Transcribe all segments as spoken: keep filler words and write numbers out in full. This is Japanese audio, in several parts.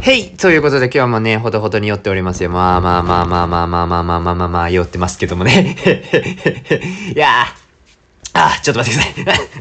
へいということで今日もね、ほどほどに酔っておりますよ。まあまあまあまあまあまあまあまあまあまあまあ、酔ってますけどもね。いやー、あー、ちょっと待ってください。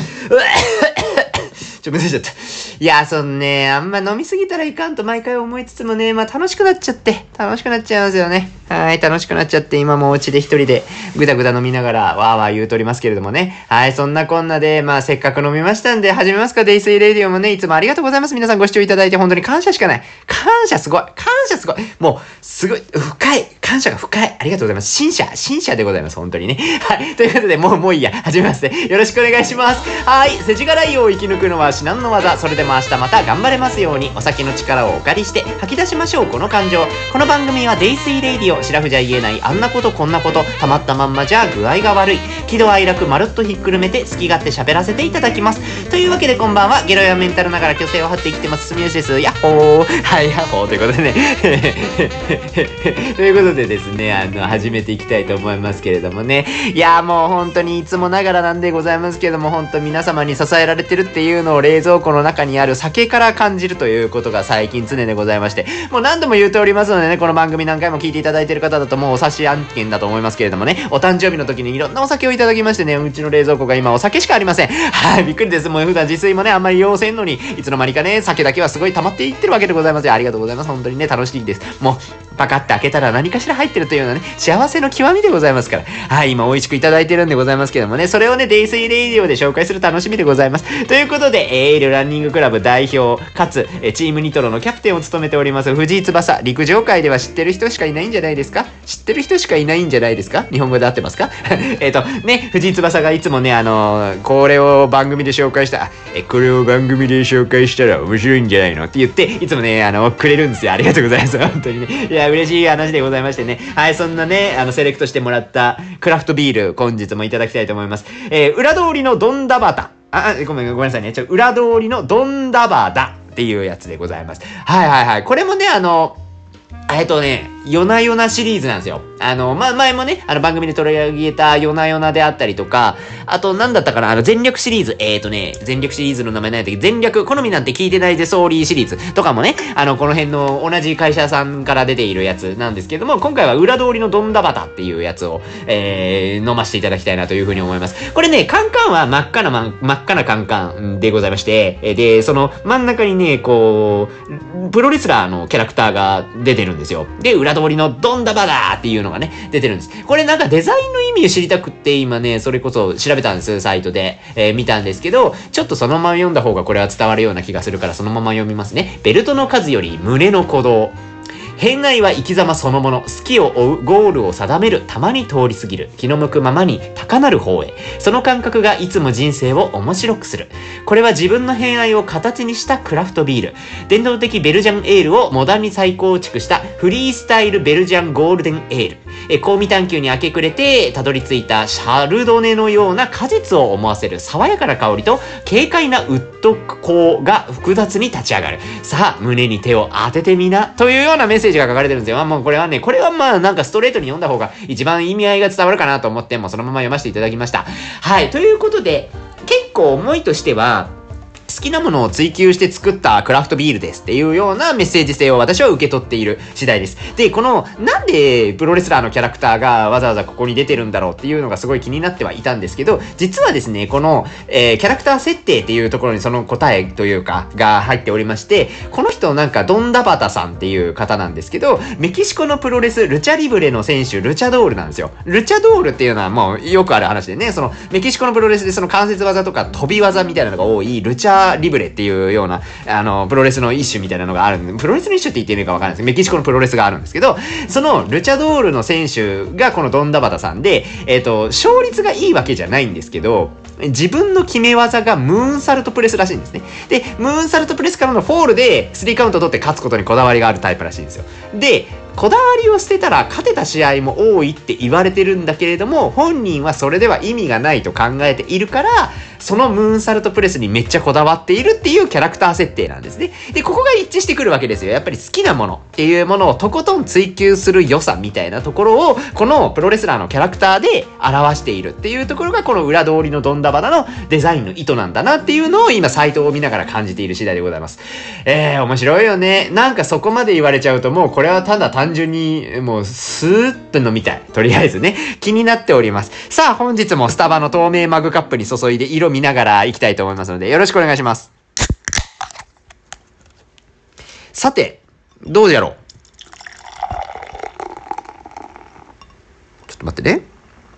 ちょ、むせちゃった。いやー、そのね、あんま飲みすぎたらいかんと毎回思いつつもね、まあ楽しくなっちゃって、楽しくなっちゃいますよね。はい、楽しくなっちゃって、今もお家で一人でぐだぐだ飲みながらわーわー言うとりますけれどもね。はい、そんなこんなで、まあせっかく飲みましたんで、始めますか、デイスイレディオもね、いつもありがとうございます。皆さんご視聴いただいて本当に感謝しかない。感謝すごい。感謝すごい。もう、すごい、深い。感謝が深い。ありがとうございます。新社、新社でございます。本当にね。はい。ということで、もう、もういいや。始めますね。よろしくお願いします。はい。世知辛いを生き抜くのは至難の技。それでも明日また頑張れますように、お酒の力をお借りして吐き出しましょう、この感情。この番組はデイスイレイディオ、シラフじゃ言えない、あんなことこんなこと、たまったまんまじゃ具合が悪い。喜怒哀楽まるっとひっくるめて好き勝手喋らせていただきます。というわけでこんばんは。ゲロやメンタルながら虚勢を張って生きてます。すみよしです。やっほー。はい、やっほー。ということでね。ということでですね、あの、始めていきたいと思いますけれどもね。いやーもう本当にいつもながらなんでございますけども、本当皆様に支えられてるっていうのを冷蔵庫の中にある酒から感じるということが最近常でございまして、もう何度も言うておりますのでね、この番組何回も聞いていただいている方だともうお察し案件だと思いますけれどもね、お誕生日の時にいろんなお酒をいただきましてね、うちの冷蔵庫が今お酒しかありません。はい、びっくりです。もう普段自炊もね、あんまり要せんのに、いつの間にかね、酒だけはすごい溜まっていってるわけでございますよ。ありがとうございます。本当にね、楽しいです。もう、パカッて開けたら何かしら入ってるというようなね、幸せの極みでございますから。はい、今美味しくいただいてるんでございますけどもね、それをね、デイスイレイディオで紹介する楽しみでございます。ということで、エールランニングクラブ代表、かつ、チームニトロのキャプテンを務めております、藤井翼。陸上界では知ってる人しかいないんじゃないですか？知ってる人しかいないんじゃないですか？日本語で合ってますか？えっと、ね、藤井翼がいつもね、あのー、これを番組で紹介した、え、これを番組で紹介したら面白いんじゃないのって言って、いつもね、あの、くれるんですよ。ありがとうございます。本当にね。いや、嬉しい話でございましてね。はい、そんなね、あの、セレクトしてもらったクラフトビール、本日もいただきたいと思います。えー、裏通りのドンダバタ。あ、ごめん、ごめんなさいね。ちょ、裏通りのドンダバダっていうやつでございます。はいはいはい。これもね、あの、えっとね、夜な夜なシリーズなんですよ。あの、まあ、前もね、あの番組で取り上げた夜な夜なであったりとか、あと何だったかな、あの全力シリーズ、えっとね、全力シリーズの名前なんだけど、全力、好みなんて聞いてないぜソーリーシリーズとかもね、あの、この辺の同じ会社さんから出ているやつなんですけども、今回は裏通りのドンダバタっていうやつを、えー、飲ませていただきたいなというふうに思います。これね、カンカンは真っ赤な、ま、真っ赤なカンカンでございまして、で、その真ん中にね、こう、プロレスラーのキャラクターが出てるんですよ。で、裏通りのドンダバダーっていうのがね、出てるんです。これなんかデザインの意味を知りたくって今ね、それこそ調べたんです、サイトで。えー、見たんですけど、ちょっとそのまま読んだ方がこれは伝わるような気がするからそのまま読みますね。ベルトの数より胸の鼓動。偏愛は生き様そのもの。好きを追うゴールを定める。たまに通り過ぎる。気の向くままに高なる方へ。その感覚がいつも人生を面白くする。これは自分の偏愛を形にしたクラフトビール。伝統的ベルジャンエールをモダンに再構築したフリースタイルベルジャンゴールデンエール。え、香味探求に明け暮れてたどり着いたシャルドネのような果実を思わせる爽やかな香りと軽快なウッド香が複雑に立ち上がる。さあ、胸に手を当ててみな。というようなメッセージが書かれてるんですよ。まあ、もうこれはね、これはまあなんかストレートに読んだ方が一番意味合いが伝わるかなと思って、もうそのまま読ませていただきました。はい。ということで、結構思いとしては、好きなものを追求して作ったクラフトビールですっていうようなメッセージ性を私は受け取っている次第です。で、この、なんでプロレスラーのキャラクターがわざわざここに出てるんだろうっていうのがすごい気になってはいたんですけど、実はですね、この、えー、キャラクター設定っていうところにその答えというか、が入っておりまして、この人なんかドンダバタさんっていう方なんですけど、メキシコのプロレス、ルチャリブレの選手、ルチャドールなんですよ。ルチャドールっていうのはもうよくある話でね、そのメキシコのプロレスでその関節技とか飛び技みたいなのが多いルチャリブレっていうような、あの、プロレスの一種みたいなのがあるんで、プロレスの一種って言っていいのかわかんないですけど、メキシコのプロレスがあるんですけど、そのルチャドールの選手がこのドンダバタさんで、えっと、勝率がいいわけじゃないんですけど、自分の決め技がムーンサルトプレスらしいんですね。で、ムーンサルトプレスからのフォールでスリーカウント取って勝つことにこだわりがあるタイプらしいんですよ。で、こだわりを捨てたら勝てた試合も多いって言われてるんだけれども、本人はそれでは意味がないと考えているから、 そのムーンサルトプレスにめっちゃこだわっているっていうキャラクター設定なんですね。で、ここが一致してくるわけですよ。やっぱり好きなものっていうものをとことん追求する良さみたいなところを、このプロレスラーのキャラクターで表しているっていうところが、この裏通りのドンダバナのデザインの意図なんだなっていうのを今サイトを見ながら感じている次第でございます。えー、面白いよね。なんかそこまで言われちゃうともうこれはただ単純にもうスーッと飲みたい。とりあえずね、気になっております。さあ本日もスタバの透明マグカップに注いで色見ながらいきたいと思いますのでよろしくお願いします。さて、どうやろう。ちょっと待ってね。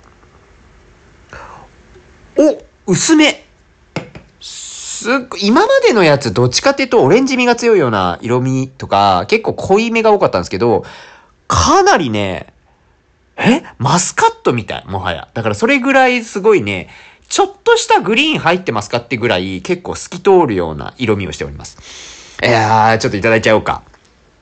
お、薄め。すっごい、今までのやつどっちかっていうとオレンジ味が強いような色味とか結構濃いめが多かったんですけど、かなりね、えマスカットみたい、もはや。だからそれぐらいすごいね、ちょっとしたグリーン入ってますかってぐらい結構透き通るような色味をしております。いやー、ちょっといただいちゃおうか。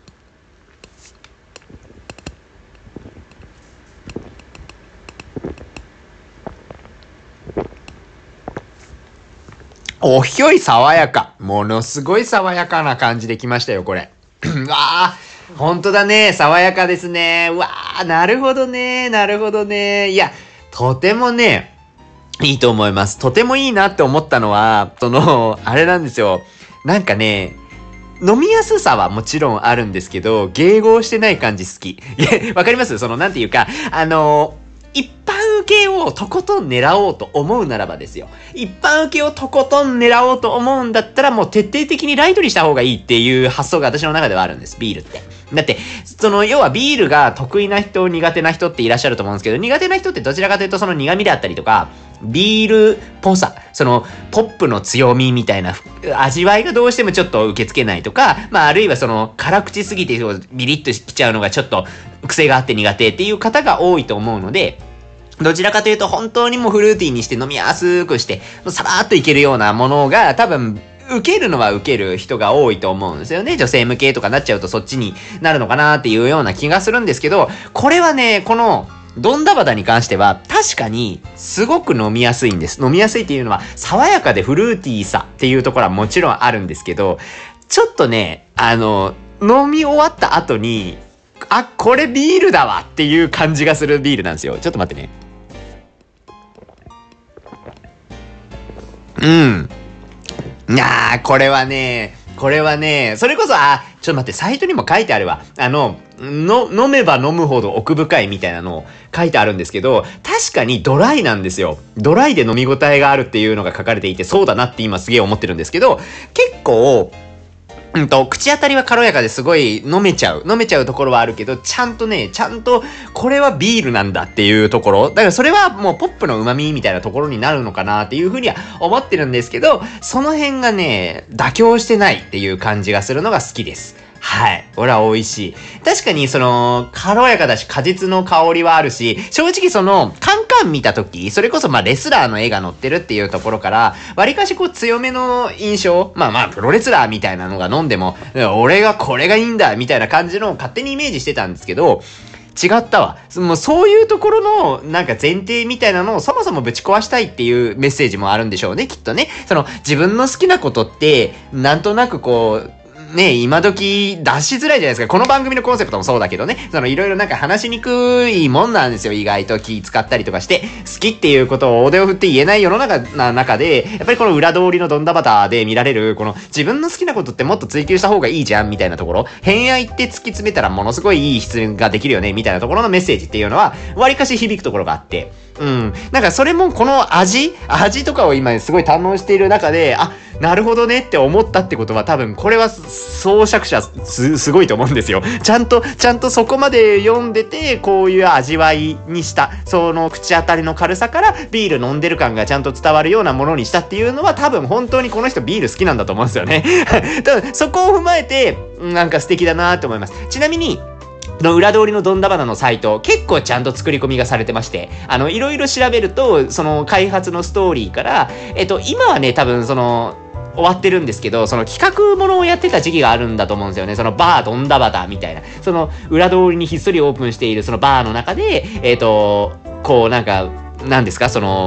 おひょい爽やか。ものすごい爽やかな感じできましたよ、これ。うわー、ほんとだね。爽やかですね。うわー、なるほどね。なるほどね。いや、とてもね、いいと思います。とてもいいなって思ったのは、その、あれなんですよ。なんかね、飲みやすさはもちろんあるんですけど、迎合してない感じ好き。いや、わかります？その、なんていうか、あの一般受けをとことん狙おうと思うならばですよ。一般受けをとことん狙おうと思うんだったらもう徹底的にライトにした方がいいっていう発想が私の中ではあるんです、ビールって。だって、その、要はビールが得意な人、苦手な人っていらっしゃると思うんですけど、苦手な人ってどちらかというとその苦味であったりとか、ビールっぽさ、その、ポップの強みみたいな味わいがどうしてもちょっと受け付けないとか、まああるいはその、辛口すぎてビリッとしちゃうのがちょっと癖があって苦手っていう方が多いと思うので、どちらかというと本当にもうフルーティーにして飲みやすくして、さらーっといけるようなものが多分、受けるのは受ける人が多いと思うんですよね。女性向けとかなっちゃうとそっちになるのかなっていうような気がするんですけど、これはね、この、ドンダバダに関しては確かにすごく飲みやすいんです。飲みやすいっていうのは爽やかでフルーティーさっていうところはもちろんあるんですけど、ちょっとね、あの、飲み終わった後に、あ、これビールだわっていう感じがするビールなんですよ。ちょっと待ってね。うん。いやー、これはね、これはね、それこそ、あ、ちょっと待って、サイトにも書いてあるわ。あの、の、飲めば飲むほど奥深いみたいなのを書いてあるんですけど、確かにドライなんですよ。ドライで飲み応えがあるっていうのが書かれていて、そうだなって今すげえ思ってるんですけど、結構、うんと、口当たりは軽やかですごい飲めちゃう。飲めちゃうところはあるけど、ちゃんとね、ちゃんと、これはビールなんだっていうところ。だからそれはもうポップの旨味みたいなところになるのかなっていうふうには思ってるんですけど、その辺がね、妥協してないっていう感じがするのが好きです。はい。俺は美味しい。確かにその、軽やかだし果実の香りはあるし、正直その、カンカン見たとき、それこそまあレスラーの絵が載ってるっていうところから、割かしこう強めの印象、まあまあプロレスラーみたいなのが飲んでも、俺がこれがいいんだみたいな感じのを勝手にイメージしてたんですけど、違ったわ。もうそういうところのなんか前提みたいなのをそもそもぶち壊したいっていうメッセージもあるんでしょうね、きっとね。その自分の好きなことってなんとなくこうね、今時出しづらいじゃないですか。この番組のコンセプトもそうだけどね。そのいろいろなんか話しにくいもんなんですよ。意外と気使ったりとかして。好きっていうことを大手を振って言えない世の中な中で、やっぱりこの裏通りのドンダバタで見られる、この自分の好きなことってもっと追求した方がいいじゃんみたいなところ。偏愛って突き詰めたらものすごいいい質ができるよねみたいなところのメッセージっていうのは、割かし響くところがあって。うん。なんかそれもこの味味とかを今すごい堪能している中で、あ、なるほどねって思ったってことは多分これは創作者す、すごいと思うんですよ。ちゃんと、ちゃんとそこまで読んでて、こういう味わいにした。その口当たりの軽さからビール飲んでる感がちゃんと伝わるようなものにしたっていうのは多分本当にこの人ビール好きなんだと思うんですよね。多分そこを踏まえて、なんか素敵だなと思います。ちなみに、の裏通りのドンダバナのサイト、結構ちゃんと作り込みがされてまして、あの、いろいろ調べると、その開発のストーリーから、えっと、今はね、多分その、終わってるんですけど、その企画ものをやってた時期があるんだと思うんですよね。そのバードンダバタみたいな。その裏通りにひっそりオープンしているそのバーの中で、えっと、こうなんか、なんですか、その、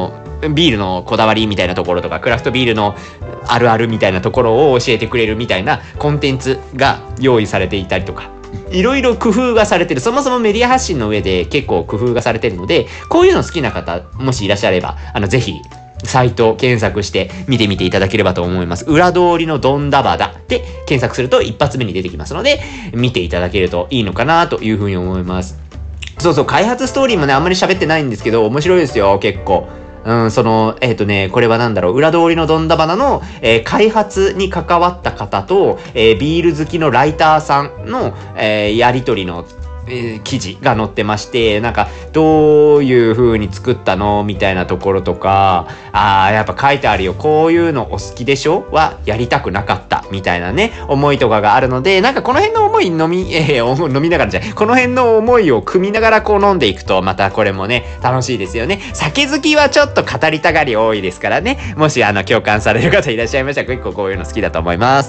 ビールのこだわりみたいなところとか、クラフトビールのあるあるみたいなところを教えてくれるみたいなコンテンツが用意されていたりとか、いろいろ工夫がされてる。そもそもメディア発信の上で結構工夫がされてるので、こういうの好きな方、もしいらっしゃれば、あの、ぜひ、サイト検索して見てみていただければと思います。裏通りのドンダバダで検索すると一発目に出てきますので、見ていただけるといいのかなというふうに思います。そうそう、開発ストーリーもね、あんまり喋ってないんですけど、面白いですよ、結構。うん、その、えっとね、これはなんだろう、裏通りのドンダバナの、えー開発に関わった方と、えービール好きのライターさんの、えーやりとりの、えー記事が載ってまして、なんか、どういう風に作ったのみたいなところとか、あー、やっぱ書いてあるよ。こういうのお好きでしょは、やりたくなかった。みたいなね、思いとかがあるので、なんかこの辺の思い飲み、えー、飲みながらじゃない、この辺の思いを組みながらこう飲んでいくと、またこれもね、楽しいですよね。酒好きはちょっと語りたがり多いですからね。もし、あの、共感される方いらっしゃいましたら、結構こういうの好きだと思います。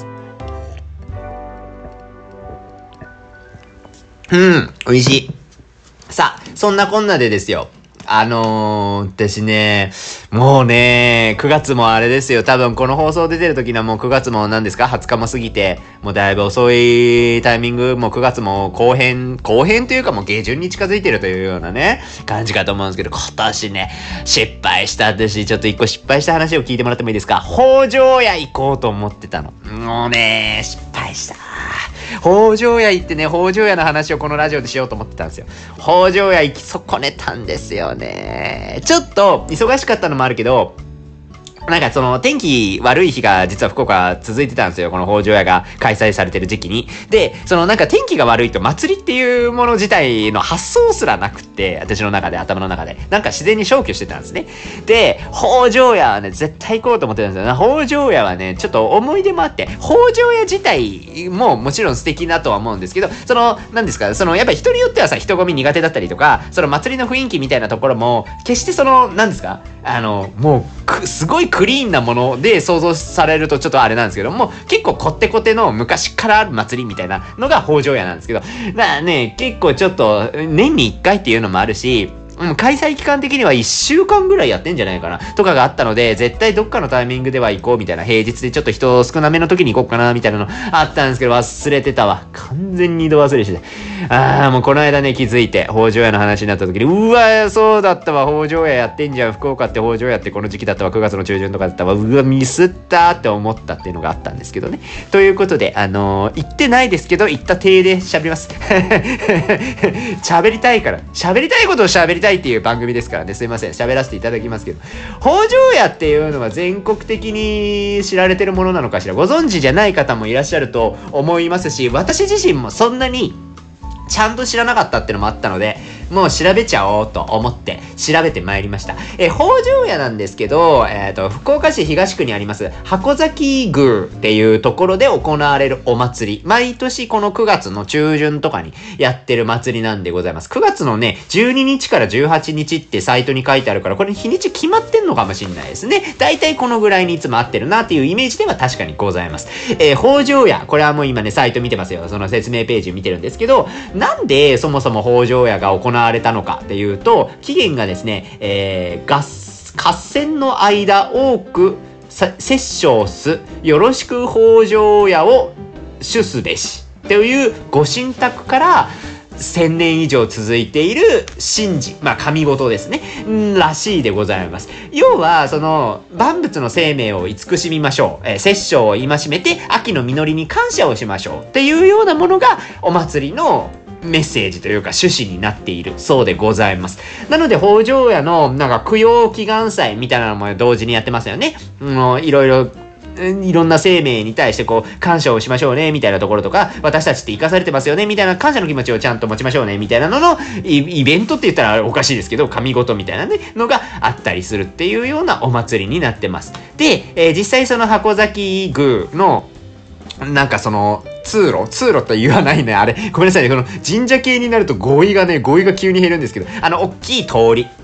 うん、美味しい。さあ、そんなこんなでですよ。あのー、私ね、もうね、くがつもあれですよ。多分この放送出てる時にはもうくがつも何ですか ?はつ 日も過ぎて、もうだいぶ遅いタイミング、もうくがつも後編、後編というかもう下旬に近づいてるというようなね、感じかと思うんですけど、今年ね、失敗した私、ちょっと一個失敗した話を聞いてもらってもいいですか？北条屋行こうと思ってたの。もうね、失敗した。北条屋行ってね、北条屋の話をこのラジオでしようと思ってたんですよ。北条屋行き損ねたんですよね。ちょっと忙しかったのもあるけど、なんかその天気悪い日が実は福岡続いてたんですよ。この北条屋が開催されてる時期に。で、そのなんか天気が悪いと祭りっていうもの自体の発想すらなくって、私の中で、頭の中で。なんか自然に消去してたんですね。で、北条屋はね、絶対行こうと思ってたんですよ。北条屋はね、ちょっと思い出もあって、北条屋自体ももちろん素敵だとは思うんですけど、その、なんですか、そのやっぱり人によってはさ、人混み苦手だったりとか、その祭りの雰囲気みたいなところも、決してその、なんですか、あの、もう、すごいクリーンなもので想像されるとちょっとあれなんですけども、結構コテコテの昔からある祭りみたいなのが北条屋なんですけど、だからね、結構ちょっと年にいっかいっていうのもあるし、うん、開催期間的にはいっしゅうかんぐらいやってんじゃないかなとかがあったので、絶対どっかのタイミングでは行こうみたいな、平日でちょっと人少なめの時に行こうかなみたいなのあったんですけど、忘れてたわ。完全に度忘れしてた。あー、もうこの間ね、気づいて、北条屋の話になった時に、うわ、そうだったわ、北条屋やってんじゃん、福岡って北条屋ってこの時期だったわ、くがつの中旬とかだったわ、うわ、ミスったって思ったっていうのがあったんですけどね。ということで、あのー、行ってないですけど、行った体で喋ります。喋りたいから。喋りたいことを喋りたいっていう番組ですからね、すいません、喋らせていただきますけど、北条屋っていうのは全国的に知られてるものなのかしら、ご存知じゃない方もいらっしゃると思いますし、私自身もそんなにちゃんと知らなかったってのもあったので、もう調べちゃおうと思って調べてまいりました。え、北条屋なんですけど、えっと、福岡市東区にあります箱崎宮っていうところで行われるお祭り。毎年このくがつの中旬とかにやってる祭りなんでございます。くがつのね、じゅうににちからじゅうはちにちってサイトに書いてあるから、これ日にち決まってんのかもしれないですね。だいたいこのぐらいにいつも合ってるなっていうイメージでは確かにございます。えー、北条屋、これはもう今ね、サイト見てますよ。その説明ページ見てるんですけど、なんでそもそも北条屋が行われたのかっていうと、起源がですね、えー、合合戦の間多く殺生すよろしく北条屋を主すべしというご神託から千年以上続いている神事、まあ神事ですね、んらしいでございます。要はその万物の生命を慈しみましょう、えー、殺生を戒めて秋の実りに感謝をしましょうっていうようなものがお祭りのメッセージというか趣旨になっているそうでございます。なので北条屋のなんか供養祈願祭みたいなのも同時にやってますよね。もういろいろいろんな生命に対してこう感謝をしましょうねみたいなところとか、私たちって生かされてますよねみたいな感謝の気持ちをちゃんと持ちましょうねみたいなののイベントって言ったらおかしいですけど、神事みたいなねのがあったりするっていうようなお祭りになってます。で、えー、実際その箱崎宮のなんかその通路通路と言わないね、あれごめんなさいね、この神社系になると語彙がね語彙が急に減るんですけど、あの大きい通り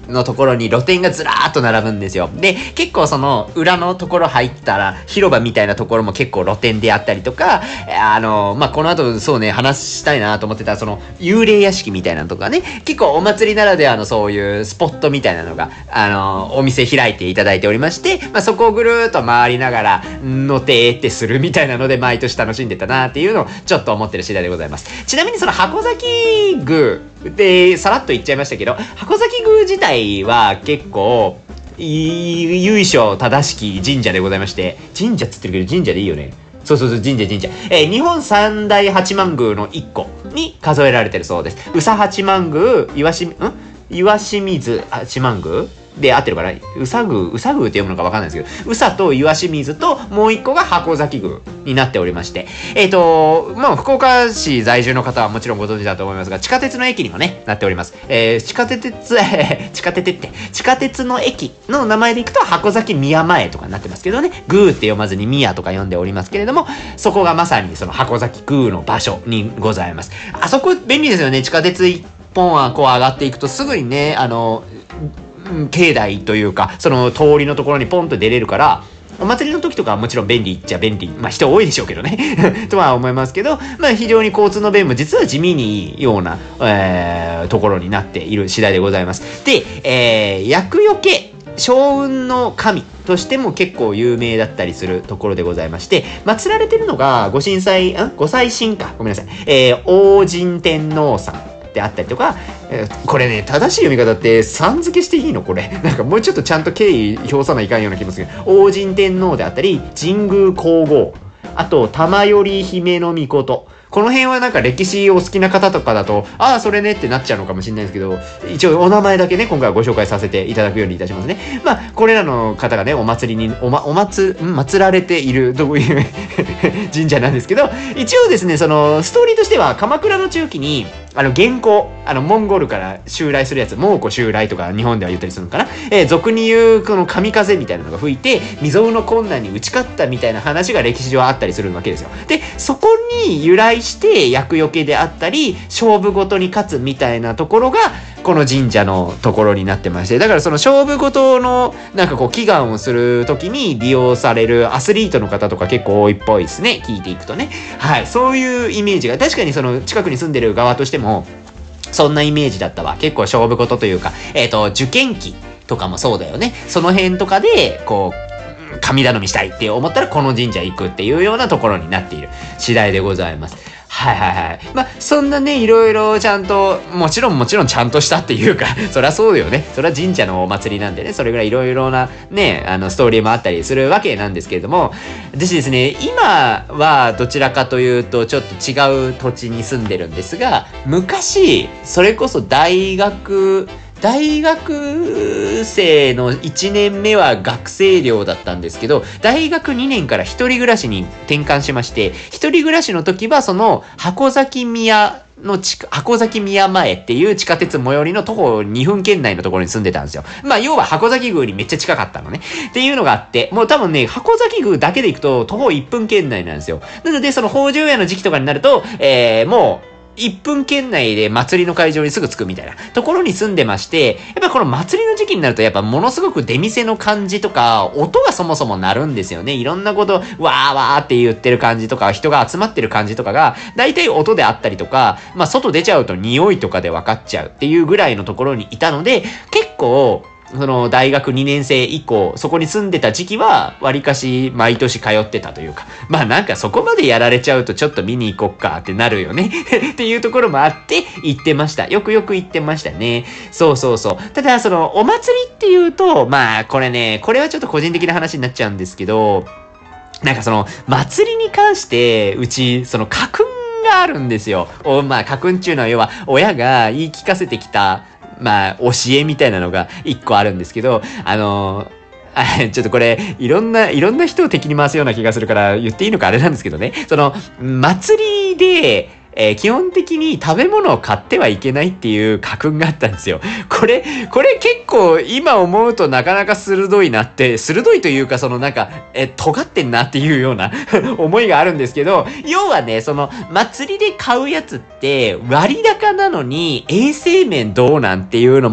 のところに露店がずらーっと並ぶんですよ。で、結構その裏のところ入ったら広場みたいなところも結構露店であったりとか、あの、まあ、この後そうね、話したいなと思ってたその幽霊屋敷みたいなのとかね、結構お祭りならではのそういうスポットみたいなのが、あの、お店開いていただいておりまして、まあ、そこをぐるーっと回りながら、のてーってするみたいなので毎年楽しんでたなっていうのをちょっと思ってる次第でございます。ちなみにその箱崎宮でさらっと言っちゃいましたけど、箱崎宮自体は結構由緒正しき神社でございまして、神社っつってるけど神社でいいよね。そうそうそう、神社神社。えー、日本三大八幡宮の一個に数えられてるそうです。宇佐八幡宮、岩し、ん岩清水八幡宮で合ってるかな、宇佐宮、宇佐宮って読むのかわかんないですけど、宇佐と岩清水ともう一個が箱崎宮になっておりまして、えっと、まあ、福岡市在住の方はもちろんご存知だと思いますが、地下鉄の駅にもね、なっております。えー、地下鉄、えー、地下鉄って、地下鉄の駅の名前でいくと箱崎宮前とかになってますけどね、宮って読まずに宮とか読んでおりますけれども、そこがまさにその箱崎宮の場所にございます。あそこ便利ですよね。地下鉄一本はこう上がっていくとすぐにね、あの、境内というかその通りのところにポンと出れるから、お祭りの時とかはもちろん便利っちゃ便利、まあ人多いでしょうけどねとは思いますけど、まあ非常に交通の便も実は地味にいいような、えー、ところになっている次第でございます。で、えー、厄除け勝運の神としても結構有名だったりするところでございまして、祀られてるのがご神祭、んご祭神かごめんなさい、えー、王神天皇さんであったりとか、えー、これね、正しい読み方ってさん付けしていいのこれ。なんかもうちょっとちゃんと敬意表さないかんような気もするけど、王神天皇であったり、神宮皇后、あと、玉頼姫の御事。この辺はなんか歴史お好きな方とかだと、ああ、それねってなっちゃうのかもしれないですけど、一応お名前だけね、今回はご紹介させていただくようにいたしますね。まあ、これらの方がね、お祭りに、おま、お祭、ん祀られているという神社なんですけど、一応ですね、その、ストーリーとしては、鎌倉の中期に、あの、元寇、あの、モンゴルから襲来するやつ、蒙古襲来とか日本では言ったりするのかな。えー、俗に言う、この神風みたいなのが吹いて、未曾有の困難に打ち勝ったみたいな話が歴史上あったりするわけですよ。で、そこに由来して、厄除けであったり、勝負ごとに勝つみたいなところが、この神社のところになってまして、だからその勝負ごとの、なんかこう、祈願をするときに利用されるアスリートの方とか結構多いっぽいですね。聞いていくとね。はい。そういうイメージが、確かにその近くに住んでる側としても、そんなイメージだったわ。結構勝負事というか、えっと、受験期とかもそうだよね。その辺とかで、こう、神頼みしたいって思ったらこの神社行くっていうようなところになっている次第でございます。はいはいはい。まあ、そんなね、いろいろちゃんと、もちろんもちろんちゃんとしたっていうか、そりゃそうよね。それは神社のお祭りなんでね、それぐらいいろいろなね、あの、ストーリーもあったりするわけなんですけれども、私ですね、今はどちらかというと、ちょっと違う土地に住んでるんですが、昔、それこそ大学、大学生のいちねんめは学生寮だったんですけど、大学にねんから一人暮らしに転換しまして、一人暮らしの時はその箱崎宮の地下、箱崎宮前っていう地下鉄最寄りの徒歩にふん圏内のところに住んでたんですよ。まあ要は箱崎宮にめっちゃ近かったのね。っていうのがあって、もう多分ね、箱崎宮だけで行くと徒歩いっぷん圏内なんですよ。なのでその北条屋の時期とかになると、えー、もう、いっぷん圏内で祭りの会場にすぐ着くみたいなところに住んでまして、やっぱこの祭りの時期になるとやっぱものすごく出店の感じとか、音がそもそも鳴るんですよね。いろんなこと、わーわーって言ってる感じとか、人が集まってる感じとかが、大体音であったりとか、まあ外出ちゃうと匂いとかで分かっちゃうっていうぐらいのところにいたので、結構、その大学にねん生以降、そこに住んでた時期は、わりかし毎年通ってたというか、まあなんかそこまでやられちゃうとちょっと見に行こっかってなるよねっていうところもあって行ってました。よくよく行ってましたね。そうそうそう。ただそのお祭りっていうと、まあこれね、これはちょっと個人的な話になっちゃうんですけど、なんかその祭りに関して、うち、その家訓があるんですよ。おまあ家訓っていうのは要は親が言い聞かせてきたまあ、教えみたいなのが一個あるんですけど、あのー、ちょっとこれ、いろんな、いろんな人を敵に回すような気がするから言っていいのかあれなんですけどね。その、祭りで、えー、基本的に食べ物を買ってはいけないっていう家訓があったんですよ。これ、これ結構今思うとなかなか鋭いなって、鋭いというかそのなんか、えー、尖ってんなっていうような思いがあるんですけど、要はね、その祭りで買うやつって割高なのに衛生面どうなんっていうのもあって、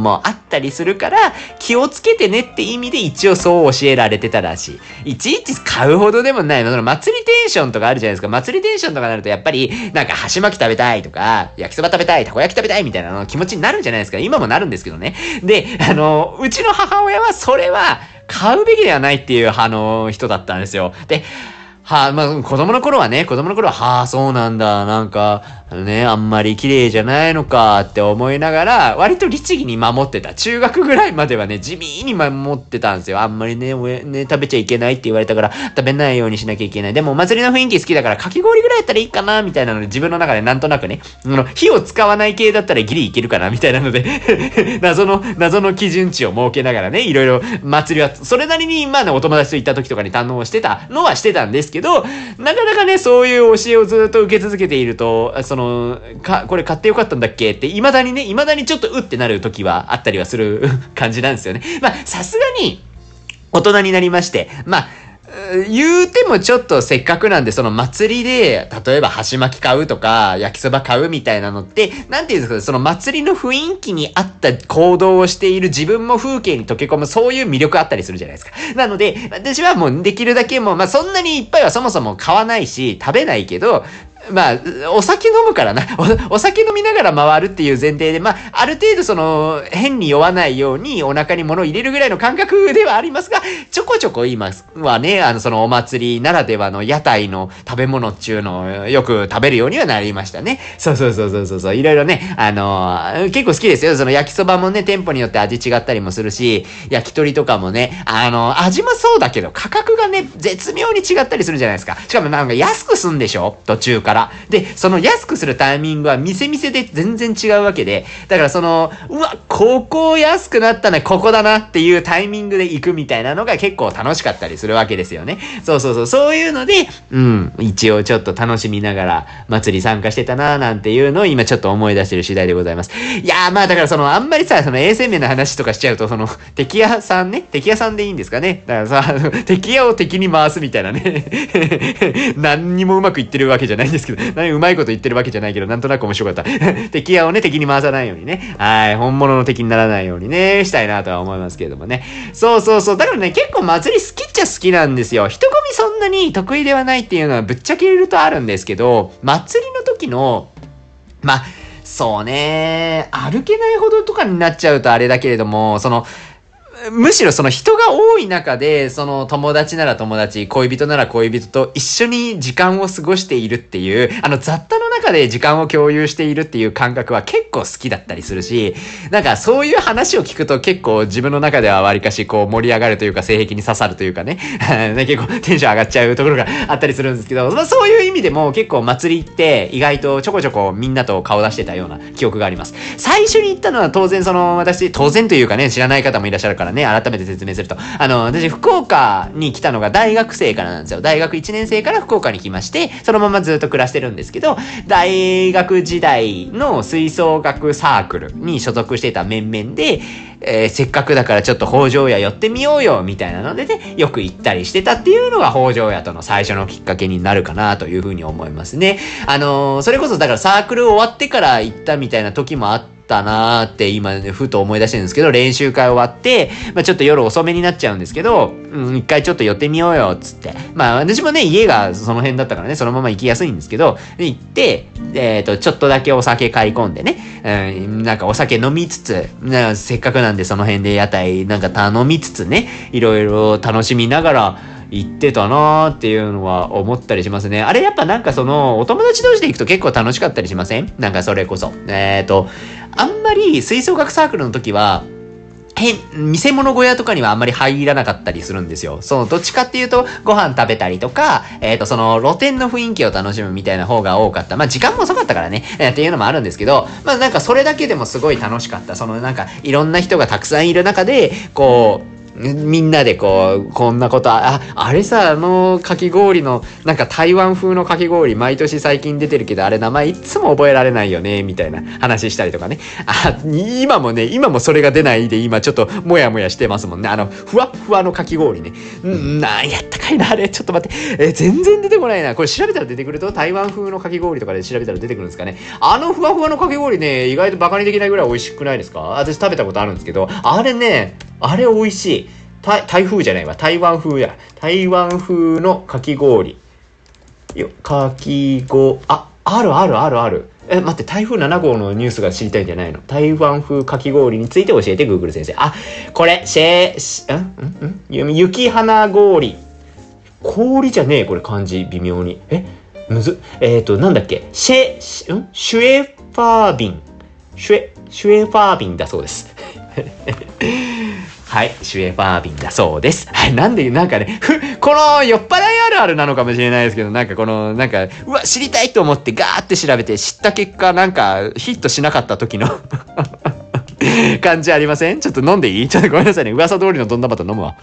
ったりするから、気をつけてねって意味で一応そう教えられてたらしい。いちいち買うほどでもないの。その祭りテンションとかあるじゃないですか。祭りテンションとかなるとやっぱり、なんか箸巻き食べたいとか、焼きそば食べたい、たこ焼き食べたいみたいなの気持ちになるじゃないですか。今もなるんですけどね。で、あの、うちの母親はそれは買うべきではないっていう、あの、人だったんですよ。で、はあ、まあ、子供の頃はね、子供の頃は、はあ、そうなんだ、なんか、ね、あんまり綺麗じゃないのかって思いながら、割と律儀に守ってた。中学ぐらいまではね、地味に守ってたんですよ。あんまりね、ね、食べちゃいけないって言われたから、食べないようにしなきゃいけない。でも、お祭りの雰囲気好きだから、かき氷ぐらいやったらいいかな、みたいなので、自分の中でなんとなくね、あの、火を使わない系だったらギリいけるかな、みたいなので、謎の、謎の基準値を設けながらね、いろいろ祭りは、それなりに、まあね、お友達と行った時とかに堪能してたのはしてたんですけど、なかなかね、そういう教えをずっと受け続けていると、その、か、これ買ってよかったんだっけって、未だにね、未だにちょっとうってなる時はあったりはする感じなんですよね。まあ、さすがに、大人になりまして、まあ、言うてもちょっとせっかくなんで、その祭りで、例えば箸巻き買うとか、焼きそば買うみたいなのって、なんていうんですか、その祭りの雰囲気に合った行動をしている自分も風景に溶け込む、そういう魅力あったりするじゃないですか。なので、私はもうできるだけもう、まあそんなにいっぱいはそもそも買わないし、食べないけど、まあ、お酒飲むからなお。お酒飲みながら回るっていう前提で、まあ、ある程度その、変に酔わないようにお腹に物を入れるぐらいの感覚ではありますが、ちょこちょこ今はね、あの、そのお祭りならではの屋台の食べ物っていうのをよく食べるようにはなりましたね。そうそうそうそうそうそう、いろいろね、あのー、結構好きですよ。その焼きそばもね、店舗によって味違ったりもするし、焼き鳥とかもね、あのー、味もそうだけど、価格がね、絶妙に違ったりするじゃないですか。しかもなんか安くすんでしょ？途中から。で、その安くするタイミングは店店で全然違うわけで、だからその、うわ、ここ安くなったね、ここだなっていうタイミングで行くみたいなのが結構楽しかったりするわけですよね。そうそうそう、そういうので、うん、一応ちょっと楽しみながら祭り参加してたななんていうのを今ちょっと思い出してる次第でございます。いやーまあだからその、あんまりさ、その衛生面の話とかしちゃうと、その、敵屋さんね、敵屋さんでいいんですかね。だからさ、敵屋を敵に回すみたいなね。何にもうまくいってるわけじゃないんですけど、何うまいこと言ってるわけじゃないけど、なんとなく面白かった。敵屋をね、敵に回さないようにね。はい、本物の敵にならないようにね、したいなとは思いますけれどもね。そうそうそう。だからね、結構祭り好きっちゃ好きなんですよ。人混みそんなに得意ではないっていうのはぶっちゃけるとあるんですけど、祭りの時の、まあ、そうね、歩けないほどとかになっちゃうとあれだけれども、その、むしろその人が多い中で、その友達なら友達、恋人なら恋人と一緒に時間を過ごしているっていう、あの雑多の中で時間を共有しているっていう感覚は結構好きだったりするし、なんかそういう話を聞くと結構自分の中ではわりかしこう盛り上がるというか性癖に刺さるというかね、結構テンション上がっちゃうところがあったりするんですけど、まあそういう意味でも結構祭りって意外とちょこちょこみんなと顔出してたような記憶があります。最初に行ったのは当然その私、当然というかね、知らない方もいらっしゃるからね、改めて説明すると、あの、私、福岡に来たのが大学生からなんですよ。大学いちねん生から福岡に来まして、そのままずっと暮らしてるんですけど、大学時代の吹奏楽サークルに所属していた面々で、えー、せっかくだからちょっと北条屋寄ってみようよ、みたいなのでね、よく行ったりしてたっていうのが北条屋との最初のきっかけになるかなというふうに思いますね。あのー、それこそだからサークル終わってから行ったみたいな時もあって、だなーって今ね、ふと思い出してるんですけど、練習会終わって、まあちょっと夜遅めになっちゃうんですけど、うん、一回ちょっと寄ってみようよ、っつって。まあ私もね、家がその辺だったからね、そのまま行きやすいんですけど、で行って、えっと、ちょっとだけお酒買い込んでね、うん、なんかお酒飲みつつ、なせっかくなんでその辺で屋台なんか頼みつつね、いろいろ楽しみながら、行ってたなーっていうのは思ったりしますね。あれやっぱなんかその、お友達同士で行くと結構楽しかったりしません？なんかそれこそ。えっと、あんまり吹奏楽サークルの時は、変、見せ物小屋とかにはあんまり入らなかったりするんですよ。その、どっちかっていうと、ご飯食べたりとか、えっと、その、露店の雰囲気を楽しむみたいな方が多かった。まあ、時間も遅かったからね、えー、っていうのもあるんですけど、まあ、なんかそれだけでもすごい楽しかった。その、なんか、いろんな人がたくさんいる中で、こう、 みんなでこう、こんなこと、あ、あれさ、あのかき氷の、なんか台湾風のかき氷、毎年最近出てるけど、あれ名前いつも覚えられないよね、みたいな話したりとかね。あ、今もね、今もそれが出ないで、今ちょっともやもやしてますもんね。あの、ふわふわのかき氷ね。うん、なんやったかいな、あれ。ちょっと待って。え、全然出てこないな。これ調べたら出てくると、台湾風のかき氷とかで調べたら出てくるんですかね。あのふわふわのかき氷ね、意外とバカにできないぐらい美味しくないですか？私食べたことあるんですけど、あれね、あれ美味しい。台、台風じゃないわ。台湾風や。台湾風のかき氷。よ、かきご、あ、あるあるあるある。え、待って、台風なな号のニュースが知りたいんじゃないの？台湾風かき氷について教えて、Google 先生。あ、これ、シェ、し、んんん雪花氷。氷じゃねえ、これ漢字、微妙に。え、むず、えっと、なんだっけ、シェ、シんシュエファービン。シュエ、シュエファービンだそうです。はい、シュエファービンだそうです。はい、なんで、なんかね、ふ、この酔っ払いあるあるなのかもしれないですけど、なんかこの、なんか、うわ、知りたいと思ってガーって調べて知った結果、なんか、ヒットしなかった時の感じありません？ちょっと飲んでいい？ちょっとごめんなさいね。噂通りのどんなバタ飲むわ。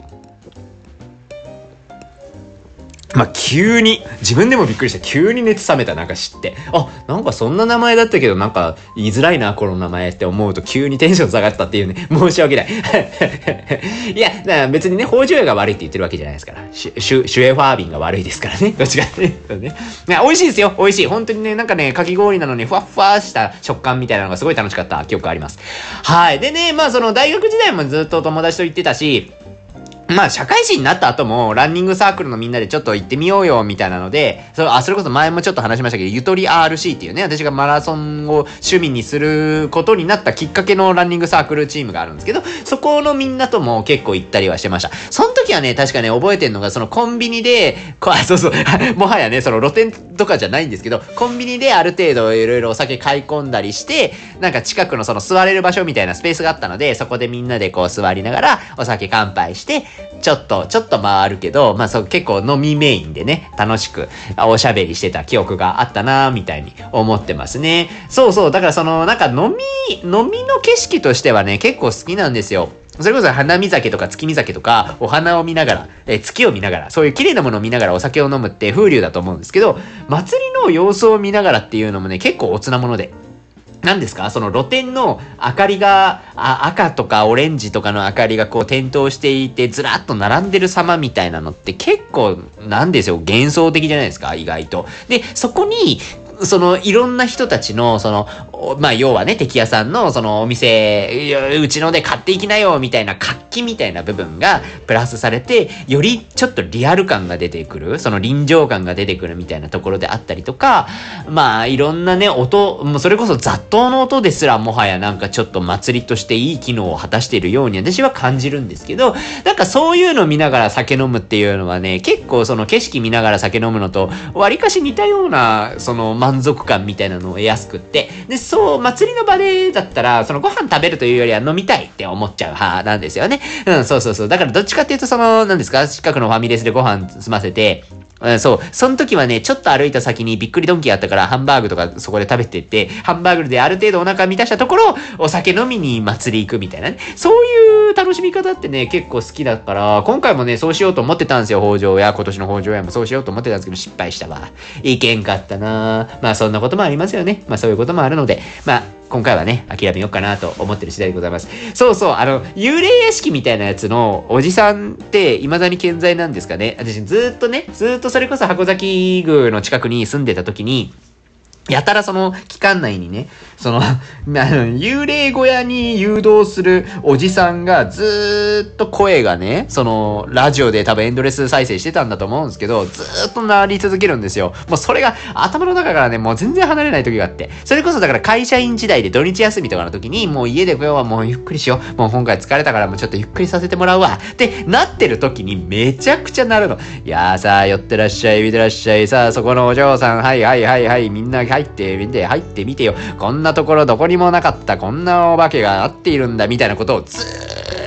まあ、急に、自分でもびっくりして、急に熱冷めた、なんか知って。あ、なんかそんな名前だったけど、なんか言いづらいな、この名前って思うと急にテンション下がったっていうね。申し訳ない。いや、だから別にね、北条屋が悪いって言ってるわけじゃないですから。シュ、シュ、シュエファービンが悪いですからね。どっちかっていうね。美味しいですよ。美味しい。本当にね、なんかね、かき氷なのにふわっふわした食感みたいなのがすごい楽しかった記憶あります。はい。でね、まあその大学時代もずっと友達と行ってたし、まあ、社会人になった後も、ランニングサークルのみんなでちょっと行ってみようよ、みたいなので、それ、あ、それこそ前もちょっと話しましたけど、ゆとり アールシー っていうね、私がマラソンを趣味にすることになったきっかけのランニングサークルチームがあるんですけど、そこのみんなとも結構行ったりはしてました。その時はね、確かね、覚えてんのが、そのコンビニで、こあ、そうそう、もはやね、その露店とかじゃないんですけど、コンビニである程度いろいろお酒買い込んだりして、なんか近くのその座れる場所みたいなスペースがあったので、そこでみんなでこう座りながら、お酒乾杯して、ちょっと、ちょっと回るけど、まあそう結構飲みメインでね、楽しくおしゃべりしてた記憶があったなぁ、みたいに思ってますね。そうそう、だからその、なんか飲み、飲みの景色としてはね、結構好きなんですよ。それこそ花見酒とか月見酒とか、お花を見ながら、え月を見ながら、そういう綺麗なものを見ながらお酒を飲むって風流だと思うんですけど、祭りの様子を見ながらっていうのもね、結構おつなもので。何ですか？その露店の明かりが、あ、赤とかオレンジとかの明かりがこう点灯していてずらっと並んでる様みたいなのって結構なんですよ。幻想的じゃないですか？意外と。で、そこに、そのいろんな人たちのそのまあ要はね敵屋さんのそのお店うちので買っていきなよみたいな活気みたいな部分がプラスされてよりちょっとリアル感が出てくるその臨場感が出てくるみたいなところであったりとかまあいろんなね音もうそれこそ雑踏の音ですらもはやなんかちょっと祭りとしていい機能を果たしているように私は感じるんですけどなんかそういうのを見ながら酒飲むっていうのはね結構その景色見ながら酒飲むのと割かし似たようなその満足感みたいなのを得やすくって、で、そう、祭りの場でだったら、そのご飯食べるというよりは飲みたいって思っちゃう派なんですよね。うん、そうそうそう。だからどっちかっていうと、その、何ですか、近くのファミレスでご飯済ませて、うん、そう。その時はね、ちょっと歩いた先にびっくりドンキーあったからハンバーグとかそこで食べてって、ハンバーグである程度お腹満たしたところ、お酒飲みに祭り行くみたいなね。そういう楽しみ方ってね、結構好きだから、今回もね、そうしようと思ってたんですよ、北条屋。今年の北条屋もそうしようと思ってたんですけど、失敗したわ。いけんかったなまあそんなこともありますよね。まあそういうこともあるので、まあ、今回はね、諦めようかなと思ってる次第でございます。そうそう、あの、幽霊屋敷みたいなやつのおじさんって未だに健在なんですかね。私ずっとね、ずっとそれこそ箱崎宮の近くに住んでた時に、やたらその期間内にね、その、幽霊小屋に誘導するおじさんがずーっと声がね、その、ラジオで多分エンドレス再生してたんだと思うんですけど、ずーっと鳴り続けるんですよ。もうそれが頭の中からね、もう全然離れない時があって。それこそだから会社員時代で土日休みとかの時に、もう家で今日はもうゆっくりしよう。もう今回疲れたからもうちょっとゆっくりさせてもらうわ。ってなってる時にめちゃくちゃ鳴るの。いやーさあ、寄ってらっしゃい、見てらっしゃい。さあ、そこのお嬢さん、はいはいはいはい、みんな入ってみて、入ってみてよ。こんなところどこにもなかった、こんなお化けがあっているんだ、みたいなことをずー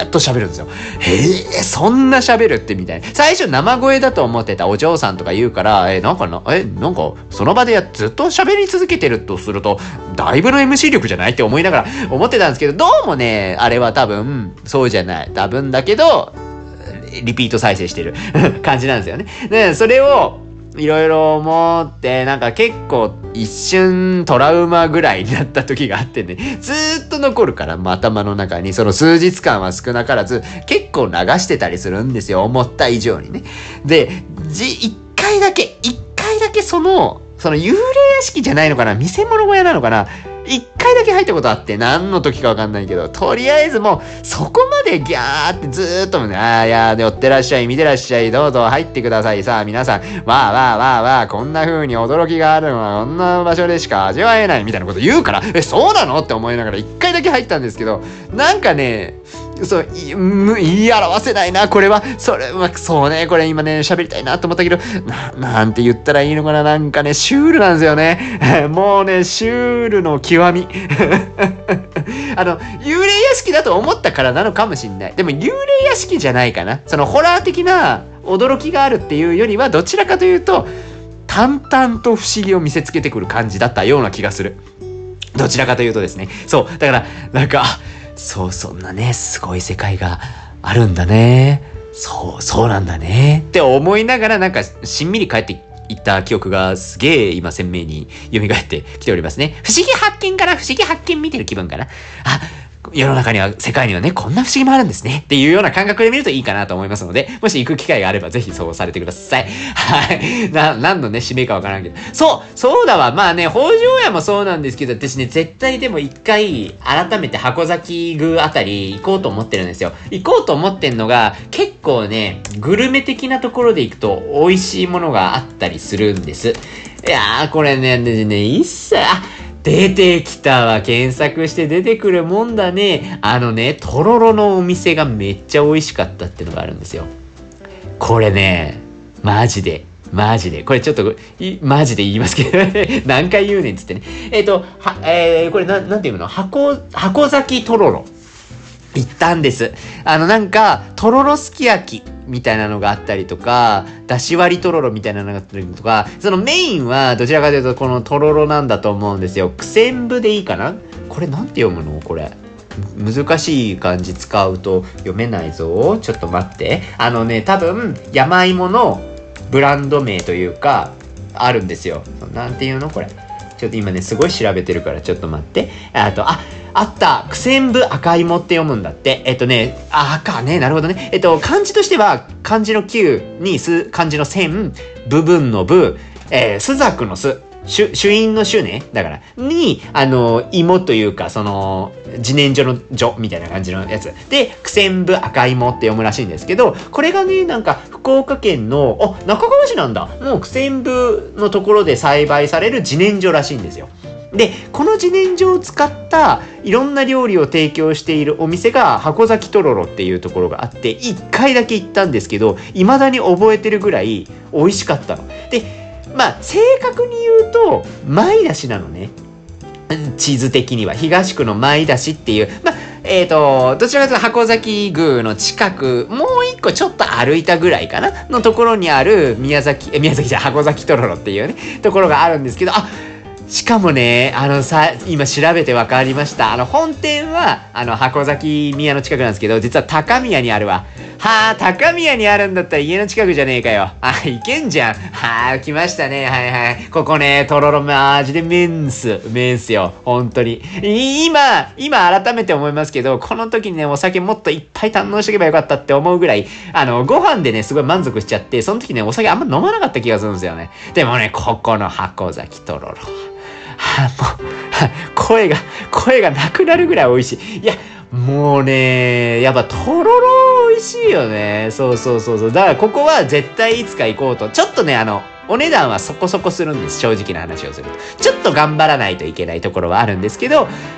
ーっと喋るんですよ。へえ、そんな喋るってみたいな。最初生声だと思ってたお嬢さんとか言うから、え、なんかな、え、なんか、その場でやずっと喋り続けてるとすると、だいぶの エムシー 力じゃないって思いながら思ってたんですけど、どうもね、あれは多分、そうじゃない。多分だけど、リピート再生してる感じなんですよね。で、それを、いろいろ思って、なんか結構一瞬トラウマぐらいになった時があってね、ずーっと残るから、頭の中に、その数日間は少なからず、結構流してたりするんですよ、思った以上にね。で、じ、一回だけ、一回だけその、その幽霊屋敷じゃないのかな、見せ物小屋なのかな、一回だけ入ったことあって、何の時かわかんないけど、とりあえずもう、そこまでギャーってずーっとね、あーいやー、寄ってらっしゃい、見てらっしゃい、どうぞ入ってください、さあ皆さん、わーわーわーわー、こんな風に驚きがあるのは、こんな場所でしか味わえない、みたいなこと言うから、え、そうなのって思いながら一回だけ入ったんですけど、なんかね、そう、い、む、言い表せないな、これは。それは、そうね、これ今ね、喋りたいなと思ったけど、な、なんて言ったらいいのかな、なんかね、シュールなんですよね。もうね、シュールの極み。あの、幽霊屋敷だと思ったからなのかもしんない。でも、幽霊屋敷じゃないかな。その、ホラー的な驚きがあるっていうよりは、どちらかというと、淡々と不思議を見せつけてくる感じだったような気がする。どちらかというとですね。そう。だから、なんか、そう、そんなね、すごい世界があるんだね。そう、そうなんだね。って思いながら、なんか、しんみり帰っていった記憶がすげえ今鮮明に蘇ってきておりますね。不思議発見から不思議発見見てる気分かな。あ、世の中には、世界にはね、こんな不思議もあるんですね。っていうような感覚で見るといいかなと思いますので、もし行く機会があればぜひそうされてください。はい。な、何のね、使命かわからんけど。そう、そうだわ。まあね、北条屋もそうなんですけど、私ね、絶対でも一回、改めて箱崎宮あたり行こうと思ってるんですよ。行こうと思ってんのが、結構ね、グルメ的なところで行くと美味しいものがあったりするんです。いやー、これね、ね、一切、あ、出てきたわ。検索して出てくるもんだね。あのね、とろろのお店がめっちゃ美味しかったっていうのがあるんですよ。これね、マジで、マジで。これちょっと、マジで言いますけど、何回言うねんつってね。えっと、は、えー、これな、なんていうの箱、箱崎とろろ。行ったんです。あの、なんか、とろろすき焼きみたいなのがあったりとか、だし割りとろろみたいなのがあったりとか、そのメインはどちらかというとこのとろろなんだと思うんですよ。苦戦部でいいかな？これなんて読むの？これ。難しい漢字使うと読めないぞ。ちょっと待って。あのね、多分、山芋のブランド名というか、あるんですよ。なんていうの？これ。ちょっと今ね、すごい調べてるからちょっと待って。あと、あ、あった。苦戦部赤芋って読むんだって。えっとね、あ、赤ね。なるほどね。えっと、漢字としては、漢字のきゅうに、す、漢字の線、部分の部、えー、朱雀のす、主、主因の主ね。だから、に、あの、芋というか、その、自然薯の薯みたいな感じのやつ。で、苦戦部赤芋って読むらしいんですけど、これがね、なんか、福岡県の、あ、中川市なんだ。もう苦戦部のところで栽培される自然薯らしいんですよ。で、この自然薯を使ったいろんな料理を提供しているお店が箱崎とろろっていうところがあって、一回だけ行ったんですけど、未だに覚えてるぐらい美味しかったの。で、まあ、正確に言うと、舞だしなのね。地図的には。東区の舞だしっていう、まあ、えっと、どちらかというと箱崎宮の近く、もう一個ちょっと歩いたぐらいかなのところにある宮崎、え、宮崎じゃ箱崎とろろっていうね、ところがあるんですけど、あ、しかもね、あのさ、今調べて分かりました。あの、本店は、あの、箱崎宮の近くなんですけど、実は高宮にあるわ。はあ、高宮にあるんだったら家の近くじゃねえかよ。あ、行けんじゃん。はあ、来ましたね。はいはい。ここね、とろろマジでメンス。メンスよ。本当に。今、今改めて思いますけど、この時にね、お酒もっといっぱい堪能しとけばよかったって思うぐらい、あの、ご飯でね、すごい満足しちゃって、その時ね、お酒あんま飲まなかった気がするんですよね。でもね、ここの箱崎とろろ。はあ、もう、はあ、声が、声がなくなるぐらい美味しい。いや、もうね、やっぱとろろ美味しいよね。そうそうそうそう。だからここは絶対いつか行こうと。ちょっとね、あの、お値段はそこそこするんです。正直な話をすると。ちょっと頑張らないといけないところはあるんですけど、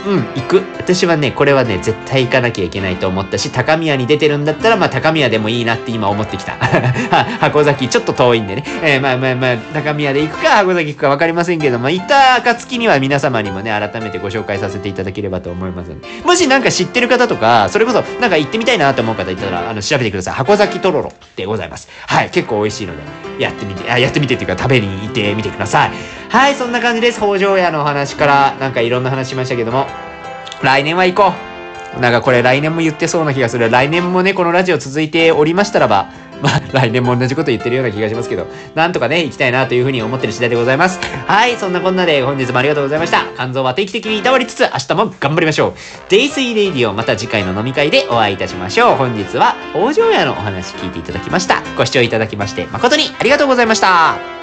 うん、行く。私はね、これはね、絶対行かなきゃいけないと思ったし、高宮に出てるんだったら、まあ、高宮でもいいなって今思ってきた。箱崎、ちょっと遠いんでね。えー、まあまあまあ、高宮で行くか、箱崎行くか分かりませんけども、行った暁には皆様にもね、改めてご紹介させていただければと思いますので。もしなんか知ってる方とか、それこそなんか行ってみたいなと思う方いたら、あの、調べてください。箱崎とろろでございます。はい、結構美味しいので、やってみて、あ、やってみてっていうか食べに行ってみてください。はい、そんな感じです。北条屋のお話から、なんかいろんな話しましたけども、来年は行こう。なんかこれ来年も言ってそうな気がする。来年もね、このラジオ続いておりましたらば、まあ、来年も同じこと言ってるような気がしますけど、なんとかね、行きたいなというふうに思ってる次第でございます。はい、そんなこんなで本日もありがとうございました。肝臓は定期的にいたわりつつ、明日も頑張りましょう。デイスイレイディオ、また次回の飲み会でお会いいたしましょう。本日は、北条屋のお話聞いていただきました。ご視聴いただきまして、誠にありがとうございました。